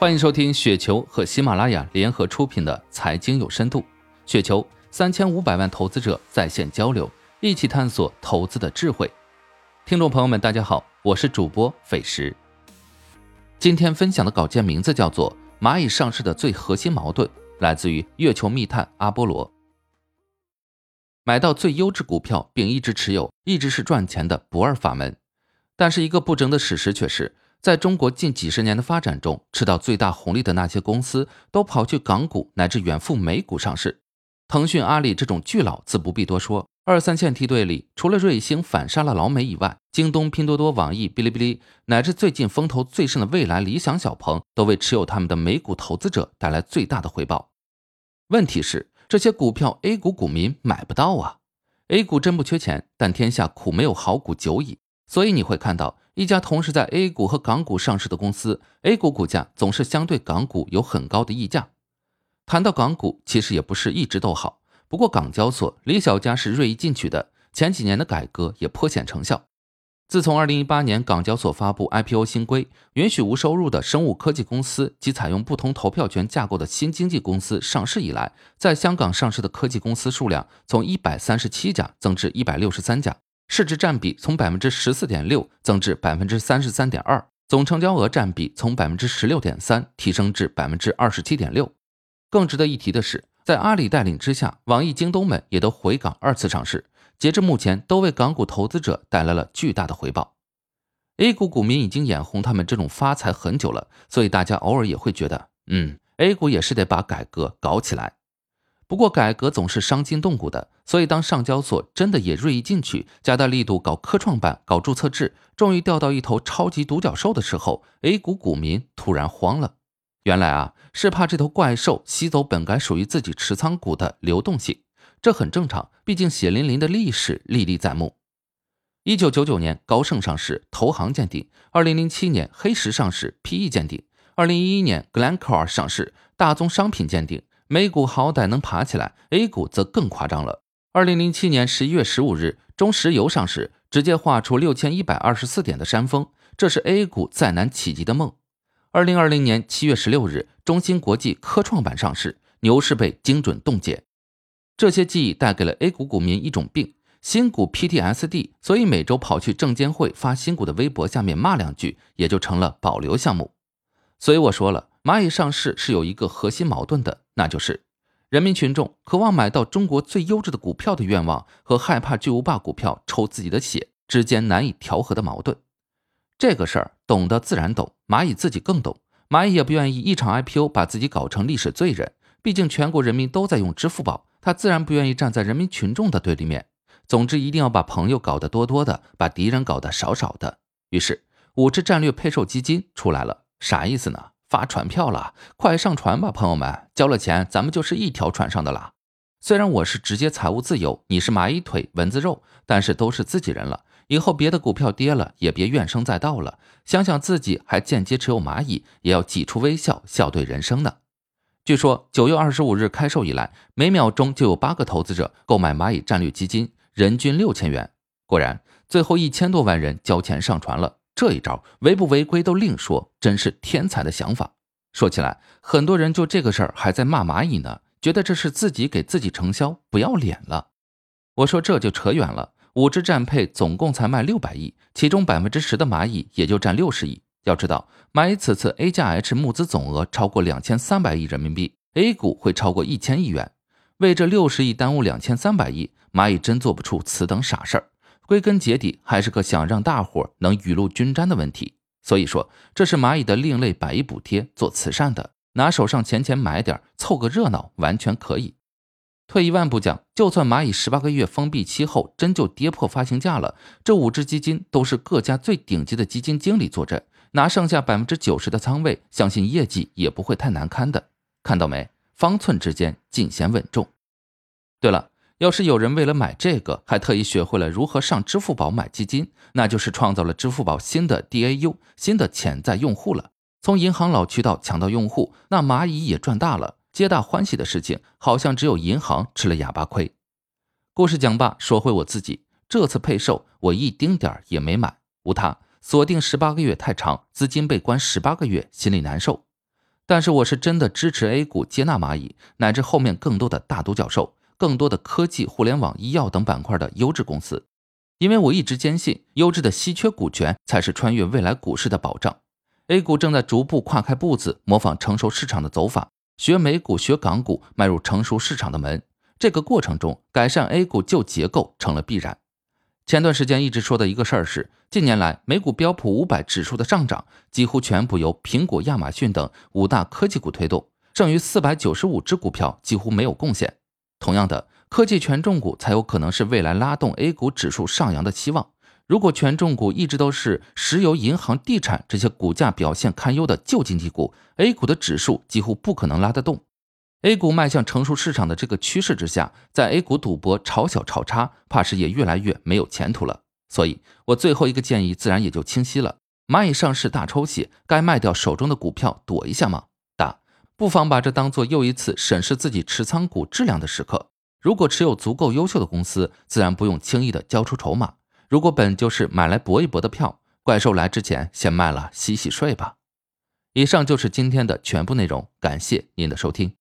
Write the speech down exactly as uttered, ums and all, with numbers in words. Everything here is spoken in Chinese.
欢迎收听雪球和喜马拉雅联合出品的财经有深度。雪球三千五百万投资者在线交流，一起探索投资的智慧。听众朋友们大家好，我是主播斐石。今天分享的稿件名字叫做蚂蚁上市的最核心矛盾，来自于月球密探阿波罗。买到最优质股票并一直持有，一直是赚钱的不二法门。但是一个不争的事实却是，在中国近几十年的发展中，吃到最大红利的那些公司都跑去港股乃至远赴美股上市。腾讯、阿里这种巨佬自不必多说，二三线梯队里除了瑞星反杀了老美以外，京东、拼多多、网易、哔哩哔哩乃至最近风头最盛的蔚来、理想、小鹏都为持有他们的美股投资者带来最大的回报。问题是这些股票 A 股股民买不到啊。 A 股真不缺钱，但天下苦没有好股久矣。所以你会看到一家同时在 A 股和港股上市的公司， A 股股价总是相对港股有很高的溢价。谈到港股，其实也不是一直都好，不过港交所李小加是锐意进取的，前几年的改革也颇显成效。自从二零一八年港交所发布 I P O 新规，允许无收入的生物科技公司及采用不同投票权架构的新经济公司上市以来，在香港上市的科技公司数量从一百三十七家增至一百六十三家，市值占比从 百分之十四点六 增至 百分之三十三点二， 总成交额占比从 百分之十六点三 提升至 百分之二十七点六。 更值得一提的是，在阿里带领之下，网易、京东们也都回港二次上市，截至目前都为港股投资者带来了巨大的回报。 A 股股民已经眼红他们这种发财很久了，所以大家偶尔也会觉得嗯 A 股也是得把改革搞起来。不过改革总是伤筋动骨的，所以当上交所真的也锐意进取，加大力度搞科创板、搞注册制，终于钓到一头超级独角兽的时候， A 股股民突然慌了。原来啊，是怕这头怪兽吸走本该属于自己持仓股的流动性。这很正常，毕竟血淋淋的历史历历在目。一九九九年高盛上市，投行见顶；二零零七年黑石上市 ，P E 见顶；二零一一年 Glencore 上市，大宗商品见顶。美股好歹能爬起来， A 股则更夸张了。二零零七年十一月十五日，中石油上市，直接画出六千一百二十四点的山峰，这是 A 股再难企及的梦。二零二零年七月十六日，中芯国际科创板上市，牛市被精准冻结。这些记忆带给了 A 股股民一种病，新股 P T S D， 所以每周跑去证监会发新股的微博下面骂两句，也就成了保留项目。所以我说了，蚂蚁上市是有一个核心矛盾的，那就是人民群众渴望买到中国最优质的股票的愿望和害怕巨无霸股票抽自己的血之间难以调和的矛盾。这个事儿懂得自然懂，蚂蚁自己更懂。蚂蚁也不愿意一场 I P O 把自己搞成历史罪人，毕竟全国人民都在用支付宝，他自然不愿意站在人民群众的对立面。总之一定要把朋友搞得多多的，把敌人搞得少少的。于是五只战略配售基金出来了。啥意思呢？发船票了，快上船吧朋友们，交了钱咱们就是一条船上的啦。虽然我是直接财务自由，你是蚂蚁腿蚊子肉，但是都是自己人了，以后别的股票跌了也别怨声载道了，想想自己还间接持有蚂蚁，也要挤出微笑，笑对人生呢。据说九月二十五日开售以来，每秒钟就有八个投资者购买蚂蚁战略基金，人均六千元。果然最后一千多万人交钱上船了，这一招违不违规都另说，真是天才的想法。说起来，很多人就这个事儿还在骂蚂蚁呢，觉得这是自己给自己承销，不要脸了。我说这就扯远了，五只战配总共才卖六百亿，其中 百分之十 的蚂蚁也就占六十亿。要知道蚂蚁此次 A 加 H 募资总额超过两千三百亿人民币， A 股会超过一千亿元，为这六十亿耽误两千三百亿，蚂蚁真做不出此等傻事儿。归根结底还是个想让大伙能雨露均沾的问题。所以说这是蚂蚁的另类百亿补贴，做慈善的，拿手上钱钱买点，凑个热闹完全可以。退一万步讲，就算蚂蚁十八个月封闭期后真就跌破发行价了，这五只基金都是各家最顶级的基金经理坐镇，拿剩下 百分之九十 的仓位，相信业绩也不会太难堪的。看到没？方寸之间尽显稳重。对了，要是有人为了买这个还特意学会了如何上支付宝买基金，那就是创造了支付宝新的 D A U， 新的潜在用户了。从银行老渠道抢到用户，那蚂蚁也赚大了，皆大欢喜的事情，好像只有银行吃了哑巴亏。故事讲罢，说回我自己，这次配售我一丁点也没买，无他，锁定十八个月太长，资金被关十八个月，心里难受。 但是我是真的支持 A 股接纳蚂蚁，乃至后面更多的大独角兽，更多的科技、互联网、医药等板块的优质公司。因为我一直坚信，优质的稀缺股权才是穿越未来股市的保障。A 股正在逐步跨开步子，模仿成熟市场的走法，学美股、学港股，迈入成熟市场的门。这个过程中，改善 A 股旧结构成了必然。前段时间一直说的一个事儿是，近年来美股标普五百指数的上涨几乎全部由苹果、亚马逊等五大科技股推动，剩余四百九十五只股票几乎没有贡献。同样的，科技权重股才有可能是未来拉动 A 股指数上扬的期望。如果权重股一直都是石油、银行、地产这些股价表现堪忧的旧经济股， A 股的指数几乎不可能拉得动。A 股迈向成熟市场的这个趋势之下，在 A 股赌博炒小炒差，怕是也越来越没有前途了。所以我最后一个建议自然也就清晰了，蚂蚁上市大抽血，该卖掉手中的股票躲一下吗？答，不妨把这当作又一次审视自己持仓股质量的时刻。如果持有足够优秀的公司，自然不用轻易的交出筹码。如果本就是买来搏一搏的票，怪兽来之前先卖了洗洗睡吧。以上就是今天的全部内容，感谢您的收听。